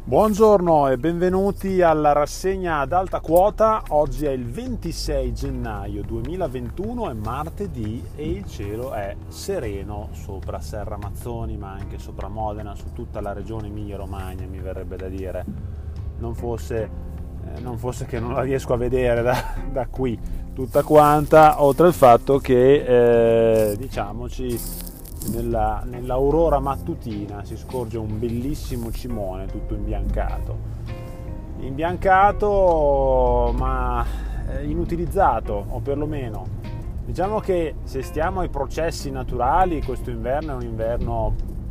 Buongiorno e benvenuti alla rassegna ad alta quota. Oggi è il 26 gennaio 2021, è martedì e il cielo è sereno sopra Serra Mazzoni, ma anche sopra Modena, su tutta la regione Emilia-Romagna, mi verrebbe da dire. Non fosse che non la riesco a vedere da qui tutta quanta, oltre al fatto che diciamoci nell'aurora mattutina si scorge un bellissimo cimone tutto imbiancato ma inutilizzato, o perlomeno diciamo che se stiamo ai processi naturali questo inverno è un inverno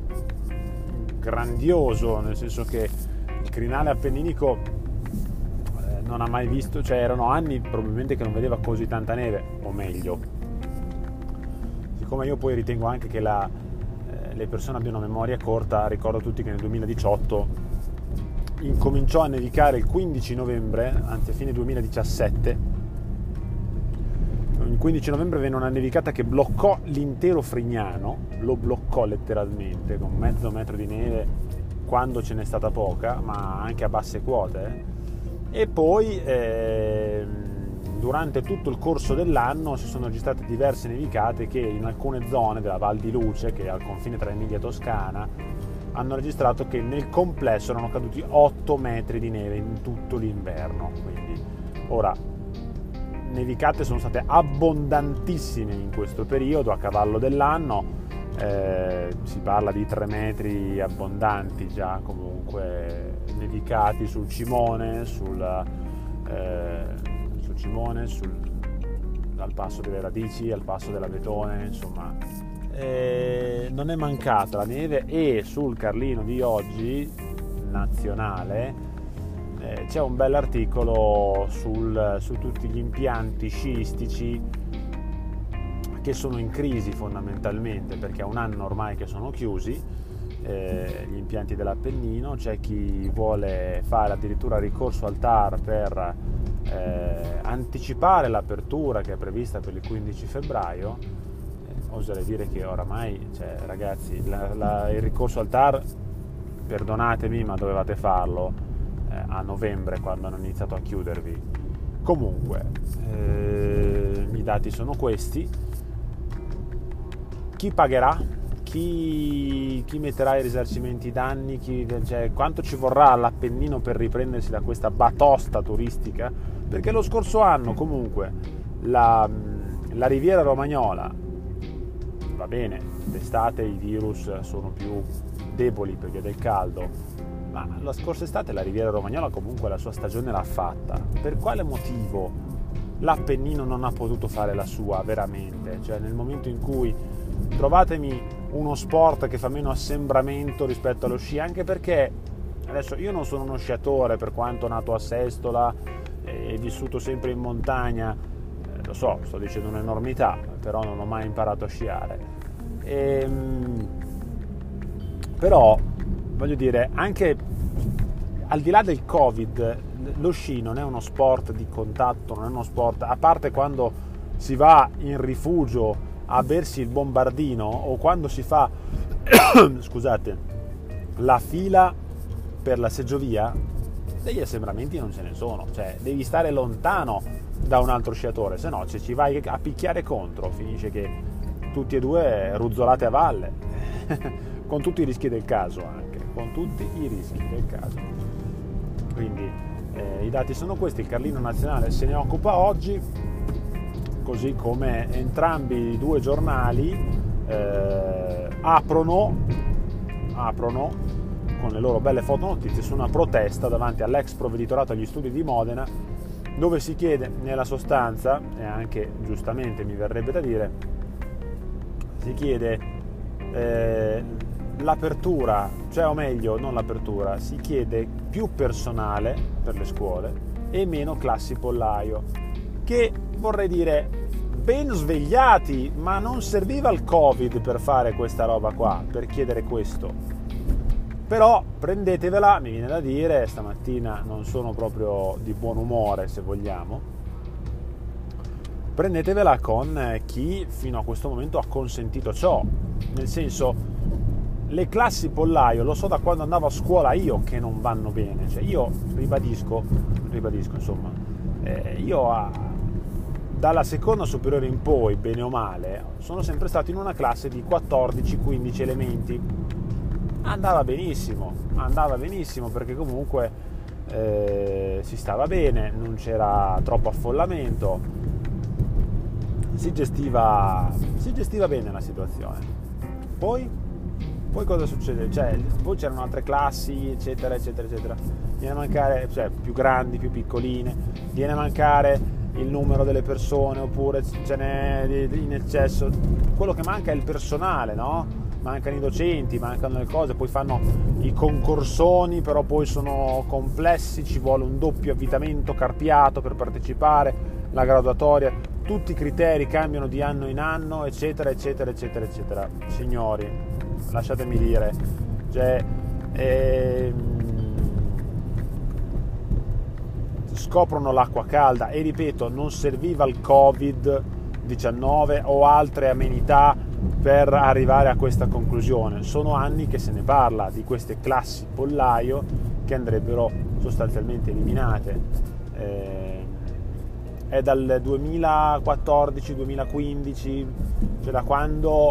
grandioso, nel senso che il crinale appenninico non ha mai visto, cioè erano anni probabilmente che non vedeva così tanta neve, o meglio, siccome io poi ritengo anche che le persone abbiano memoria corta, ricordo a tutti che nel 2018 incominciò a nevicare il 15 novembre, anzi a fine 2017. Il 15 novembre venne una nevicata che bloccò l'intero Frignano, lo bloccò letteralmente, con mezzo metro di neve quando ce n'è stata poca, ma anche a basse quote. E poi durante tutto il corso dell'anno si sono registrate diverse nevicate che in alcune zone della Val di Luce, che è al confine tra Emilia e Toscana, hanno registrato che nel complesso erano caduti 8 metri di neve in tutto l'inverno. Quindi ora, nevicate sono state abbondantissime in questo periodo, a cavallo dell'anno, si parla di 3 metri abbondanti già comunque nevicati sul Cimone, al passo delle Radici, al passo della Betone, insomma non è mancata la neve. E sul Carlino di oggi nazionale c'è un bell'articolo su tutti gli impianti sciistici che sono in crisi fondamentalmente perché è un anno ormai che sono chiusi gli impianti dell'Appennino. C'è chi vuole fare addirittura ricorso al TAR per anticipare l'apertura che è prevista per il 15 febbraio. Oserei dire che oramai, cioè, ragazzi, il ricorso al TAR, perdonatemi, ma dovevate farlo a novembre, quando hanno iniziato a chiudervi. Comunque i dati sono questi. Chi pagherà? Chi metterà i risarcimenti danni? Cioè, quanto ci vorrà all'Appennino per riprendersi da questa batosta turistica? Perché lo scorso anno comunque la Riviera Romagnola, va bene, d'estate i virus sono più deboli perché del caldo, ma la scorsa estate la Riviera Romagnola comunque la sua stagione l'ha fatta. Per quale motivo l'Appennino non ha potuto fare la sua veramente? Cioè, nel momento in cui trovatemi uno sport che fa meno assembramento rispetto allo sci, anche perché adesso io non sono uno sciatore, per quanto nato a Sestola e vissuto sempre in montagna, lo so, sto dicendo un'enormità, però non ho mai imparato a sciare. Però voglio dire, anche al di là del Covid, lo sci non è uno sport di contatto, non è uno sport, a parte quando si va in rifugio a bersi il bombardino o quando si fa scusate, la fila per la seggiovia, degli assembramenti non ce ne sono, cioè devi stare lontano da un altro sciatore, se no, se ci vai a picchiare contro finisce che tutti e due ruzzolate a valle con tutti i rischi del caso, anche con tutti i rischi del caso. Quindi i dati sono questi. Il Carlino nazionale se ne occupa oggi, così come entrambi i due giornali aprono con le loro belle fotonotizie su una protesta davanti all'ex provveditorato agli studi di Modena, dove si chiede nella sostanza, e anche giustamente mi verrebbe da dire, si chiede l'apertura, cioè, o meglio, non l'apertura, si chiede più personale per le scuole e meno classi pollaio, che vorrei dire ben svegliati, ma non serviva il Covid per fare questa roba qua, per chiedere questo. Però prendetevela, mi viene da dire, stamattina non sono proprio di buon umore, se vogliamo, prendetevela con chi fino a questo momento ha consentito ciò, nel senso, le classi pollaio, lo so da quando andavo a scuola io, che non vanno bene. Cioè io ribadisco insomma, dalla seconda superiore in poi, bene o male, sono sempre stato in una classe di 14-15 elementi. Andava benissimo perché comunque si stava bene, non c'era troppo affollamento, si gestiva bene la situazione. Poi cosa succede? Cioè, poi c'erano altre classi, eccetera. Viene a mancare, cioè più grandi, più piccoline, viene a mancare il numero delle persone, oppure ce n'è in eccesso. Quello che manca è il personale, no? Mancano i docenti, mancano le cose, poi fanno i concorsoni, però poi sono complessi, ci vuole un doppio avvitamento carpiato per partecipare, la graduatoria, tutti i criteri cambiano di anno in anno, eccetera. Signori, lasciatemi dire, cioè, scoprono l'acqua calda, e ripeto, non serviva il Covid-19 o altre amenità per arrivare a questa conclusione. Sono anni che se ne parla di queste classi pollaio che andrebbero sostanzialmente eliminate. È dal 2014-2015, cioè da quando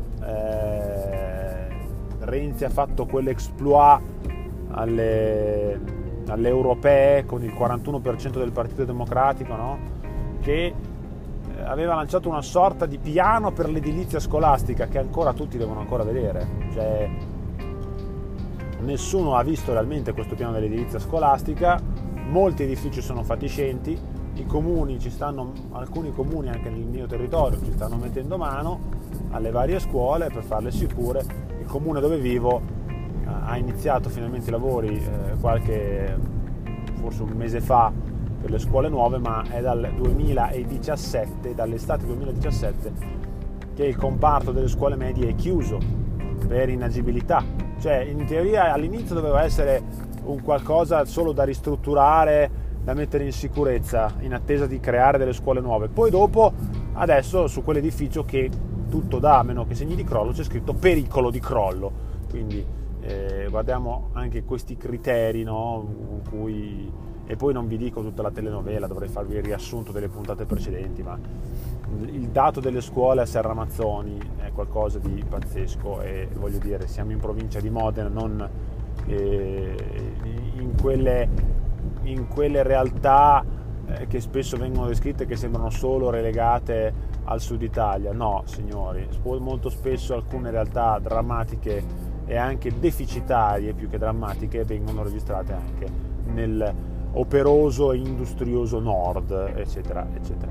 Renzi ha fatto quell'exploit alle europee con il 41% del Partito Democratico, no? Che aveva lanciato una sorta di piano per l'edilizia scolastica che ancora tutti devono ancora vedere. Cioè, nessuno ha visto realmente questo piano dell'edilizia scolastica, molti edifici sono fatiscenti, i comuni alcuni comuni anche nel mio territorio ci stanno mettendo mano alle varie scuole per farle sicure. Il comune dove vivo ha iniziato finalmente i lavori forse un mese fa per le scuole nuove, ma è dall'estate 2017 che il comparto delle scuole medie è chiuso per inagibilità. Cioè, in teoria all'inizio doveva essere un qualcosa solo da ristrutturare, da mettere in sicurezza in attesa di creare delle scuole nuove. Poi dopo, adesso su quell'edificio che tutto dà, a meno che segni di crollo, c'è scritto pericolo di crollo. Quindi guardiamo anche questi criteri, no? E poi non vi dico tutta la telenovela, dovrei farvi il riassunto delle puntate precedenti, ma il dato delle scuole a Serramazzoni è qualcosa di pazzesco, e voglio dire, siamo in provincia di Modena, non in quelle realtà che spesso vengono descritte che sembrano solo relegate al sud Italia. No, signori, molto spesso alcune realtà drammatiche e anche deficitarie, più che drammatiche, vengono registrate anche nel operoso e industrioso nord, eccetera.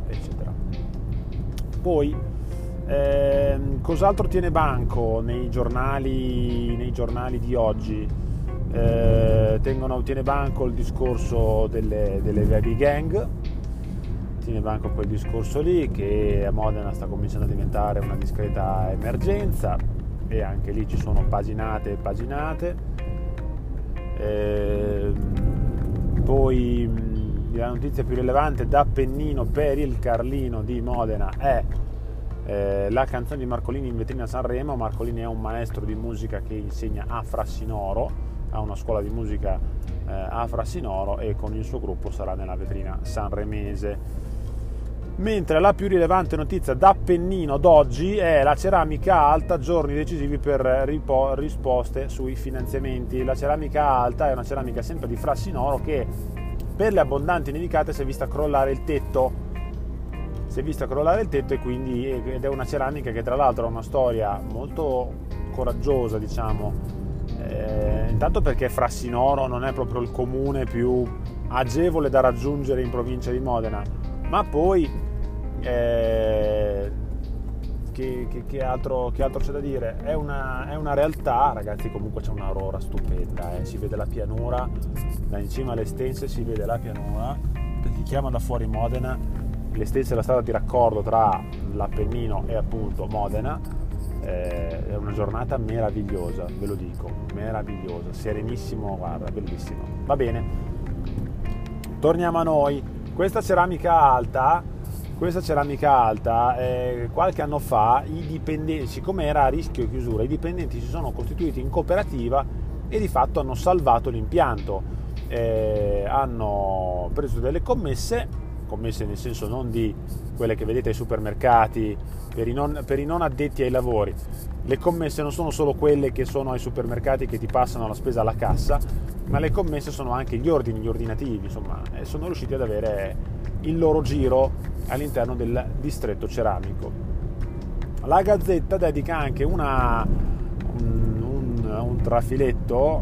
Poi cos'altro tiene banco nei giornali di oggi? Tiene banco il discorso delle baby gang, tiene banco quel discorso lì, che a Modena sta cominciando a diventare una discreta emergenza, e anche lì ci sono paginate e paginate. Poi la notizia più rilevante d'Appennino per il Carlino di Modena è la canzone di Marcolini in vetrina a Sanremo. Marcolini è un maestro di musica che insegna a Frassinoro, ha una scuola di musica a Frassinoro, e con il suo gruppo sarà nella vetrina sanremese. Mentre la più rilevante notizia d'Appennino d'oggi è la ceramica alta, giorni decisivi per risposte sui finanziamenti. La ceramica alta è una ceramica sempre di Frassinoro che per le abbondanti nevicate si è vista crollare il tetto, e quindi, ed è una ceramica che tra l'altro ha una storia molto coraggiosa, diciamo, intanto perché Frassinoro non è proprio il comune più agevole da raggiungere in provincia di Modena, ma poi che altro c'è da dire? È una realtà, ragazzi. Comunque c'è un'aurora stupenda, si vede la pianura da in cima alle Stense, si vede la pianura. Per chi chiama da fuori Modena, le Stense è la strada di raccordo tra l'Appennino e appunto Modena. È una giornata meravigliosa, ve lo dico, meravigliosa, serenissimo, guarda, bellissimo. Va bene, torniamo a noi. Questa ceramica alta questa ceramica alta, qualche anno fa i dipendenti, siccome era a rischio chiusura, i dipendenti si sono costituiti in cooperativa e di fatto hanno salvato l'impianto, hanno preso delle commesse nel senso non di quelle che vedete ai supermercati per i non addetti ai lavori. Le commesse non sono solo quelle che sono ai supermercati che ti passano la spesa alla cassa, ma le commesse sono anche gli ordinativi, insomma, e sono riusciti ad avere il loro giro all'interno del distretto ceramico. La Gazzetta dedica anche un trafiletto,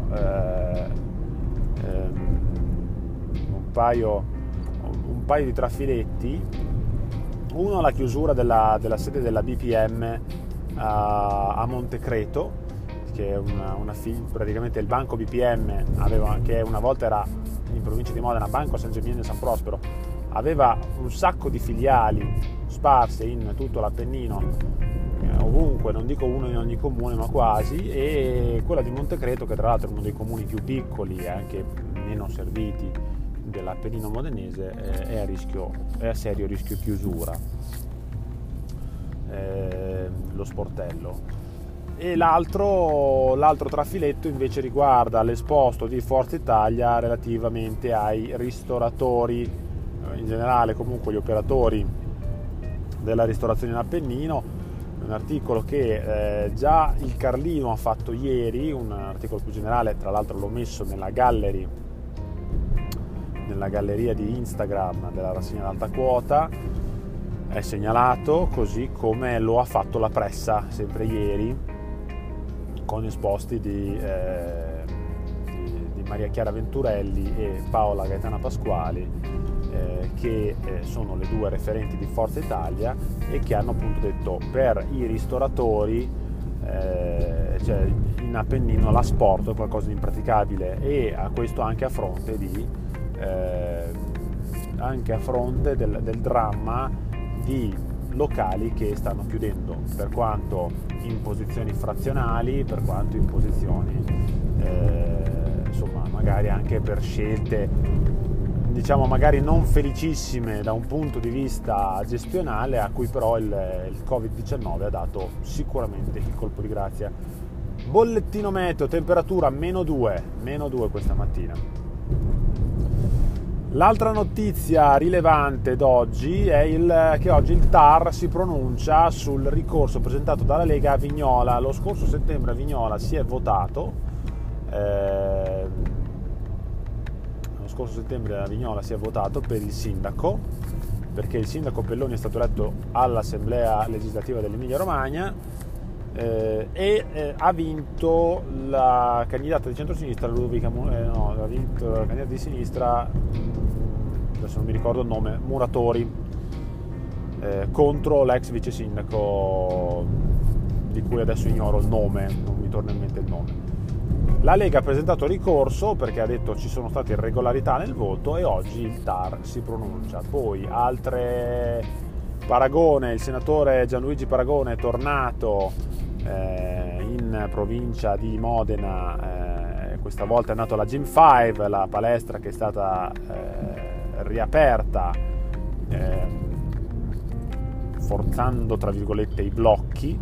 un paio di trafiletti, uno alla chiusura della sede della BPM a Montecreto, che è praticamente il banco BPM che una volta era in provincia di Modena, Banco San Geminiano e San Prospero, aveva un sacco di filiali sparse in tutto l'Appennino, ovunque, non dico uno in ogni comune ma quasi, e quella di Montecreto, che tra l'altro è uno dei comuni più piccoli e anche meno serviti dell'Appennino modenese, è a serio rischio chiusura, lo sportello. E l'altro trafiletto invece riguarda l'esposto di Forza Italia relativamente ai ristoratori, in generale comunque gli operatori della ristorazione in Appennino. Un articolo che già il Carlino ha fatto ieri, un articolo più generale, tra l'altro l'ho messo nella galleria di Instagram della rassegna d'alta quota, è segnalato, così come lo ha fatto la Pressa sempre ieri, con esposti di Maria Chiara Venturelli e Paola Gaetana Pasquali, che sono le due referenti di Forza Italia e che hanno appunto detto per i ristoratori, cioè in Appennino l'asporto è qualcosa di impraticabile, e a questo anche a fronte del dramma di locali che stanno chiudendo, per quanto in posizioni frazionali, per quanto in posizioni insomma magari anche per scelte diciamo magari non felicissime da un punto di vista gestionale, a cui però il Covid-19 ha dato sicuramente il colpo di grazia. Bollettino meteo, temperatura -2 questa mattina. L'altra notizia rilevante d'oggi è che oggi il TAR si pronuncia sul ricorso presentato dalla Lega a Vignola. Lo scorso settembre a Vignola si è votato, per il sindaco, perché il sindaco Pelloni è stato eletto all'Assemblea legislativa dell'Emilia Romagna, e ha vinto la candidata di centrosinistra ha vinto la candidata di sinistra, adesso non mi ricordo il nome, Muratori, contro l'ex vice sindaco di cui adesso ignoro il nome, non mi torna in mente il nome. La Lega ha presentato ricorso perché ha detto ci sono state irregolarità nel voto, e oggi il TAR si pronuncia. Poi altre Paragone, il senatore Gianluigi Paragone è tornato in provincia di Modena, questa volta è andato alla Gym 5, la palestra che è stata riaperta, forzando tra virgolette i blocchi,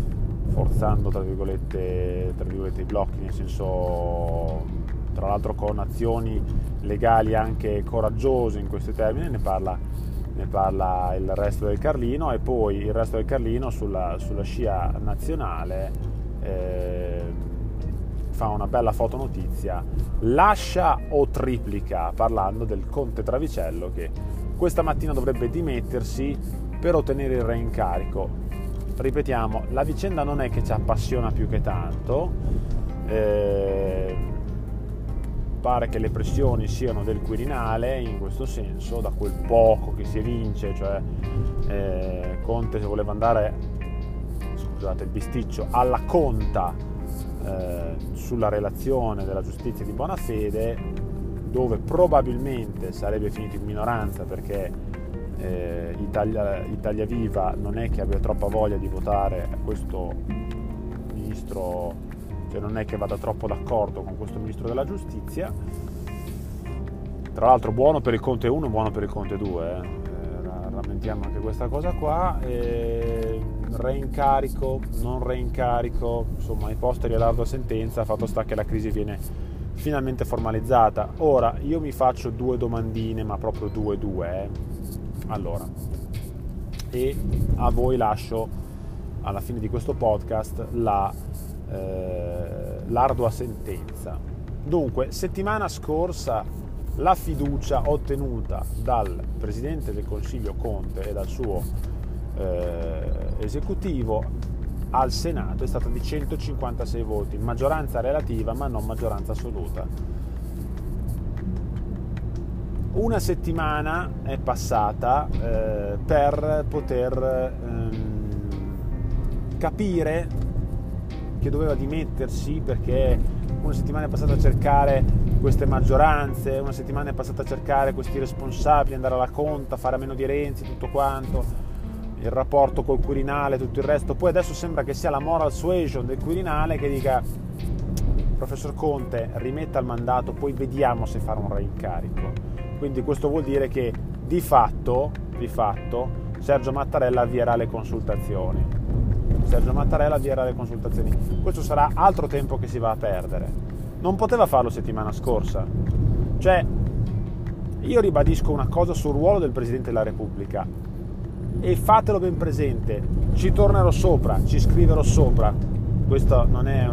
nel senso, tra l'altro con azioni legali anche coraggiose in questi termini. Ne parla il Resto del Carlino, e poi il Resto del Carlino sulla scia nazionale fa una bella fotonotizia, lascia o triplica, parlando del conte Travicello che questa mattina dovrebbe dimettersi per ottenere il reincarico. Ripetiamo, la vicenda non è che ci appassiona più che tanto, pare che le pressioni siano del Quirinale in questo senso, da quel poco che si evince, cioè Conte voleva andare, scusate il bisticcio, alla conta sulla relazione della giustizia di buona fede, dove probabilmente sarebbe finito in minoranza, perché Italia Viva non è che abbia troppa voglia di votare questo ministro, cioè non è che vada troppo d'accordo con questo ministro della giustizia. Tra l'altro buono per il Conte 1, buono per il Conte 2, rammentiamo anche questa cosa qua. Reincarico, non reincarico, insomma i posteri ad ardua sentenza. Fatto sta che la crisi viene finalmente formalizzata. Ora io mi faccio due domandine, ma proprio due. Allora, e a voi lascio alla fine di questo podcast l'ardua sentenza. Dunque, settimana scorsa la fiducia ottenuta dal Presidente del Consiglio Conte e dal suo esecutivo al Senato è stata di 156 voti, maggioranza relativa ma non maggioranza assoluta. Una settimana è passata per poter capire che doveva dimettersi, perché una settimana è passata a cercare queste maggioranze, una settimana è passata a cercare questi responsabili, andare alla conta, fare a meno di Renzi, tutto quanto, il rapporto col Quirinale, tutto il resto. Poi adesso sembra che sia la moral suasion del Quirinale che dica: professor Conte, rimetta il mandato, poi vediamo se fare un reincarico. Quindi questo vuol dire che di fatto Sergio Mattarella avvierà le consultazioni. Questo sarà altro tempo che si va a perdere. Non poteva farlo settimana scorsa. Cioè, io ribadisco una cosa sul ruolo del Presidente della Repubblica e fatelo ben presente, ci tornerò sopra, ci scriverò sopra. Questo non è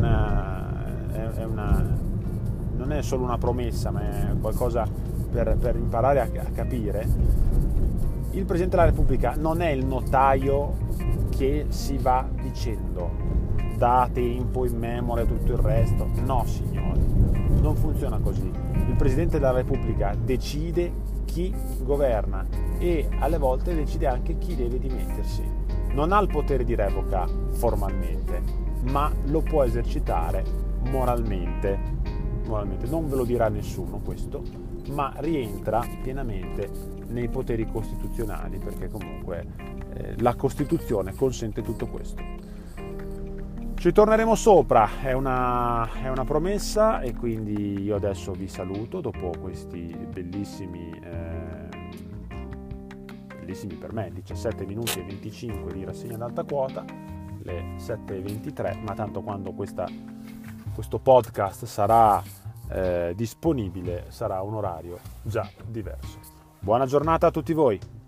non è solo una promessa, ma è qualcosa per imparare a capire. Il Presidente della Repubblica non è il notaio che si va dicendo da tempo, in memoria, tutto il resto. No, signori, non funziona così. Il Presidente della Repubblica decide chi governa e alle volte decide anche chi deve dimettersi. Non ha il potere di revoca formalmente, ma lo può esercitare moralmente. Non ve lo dirà nessuno questo, ma rientra pienamente nei poteri costituzionali, perché comunque la Costituzione consente tutto questo. Ci torneremo sopra, è una promessa, e quindi io adesso vi saluto dopo questi bellissimi per me 17 minuti e 25 di rassegna ad alta quota, le 7:23, ma tanto quando questo podcast sarà disponibile sarà un orario già diverso. Buona giornata a tutti voi.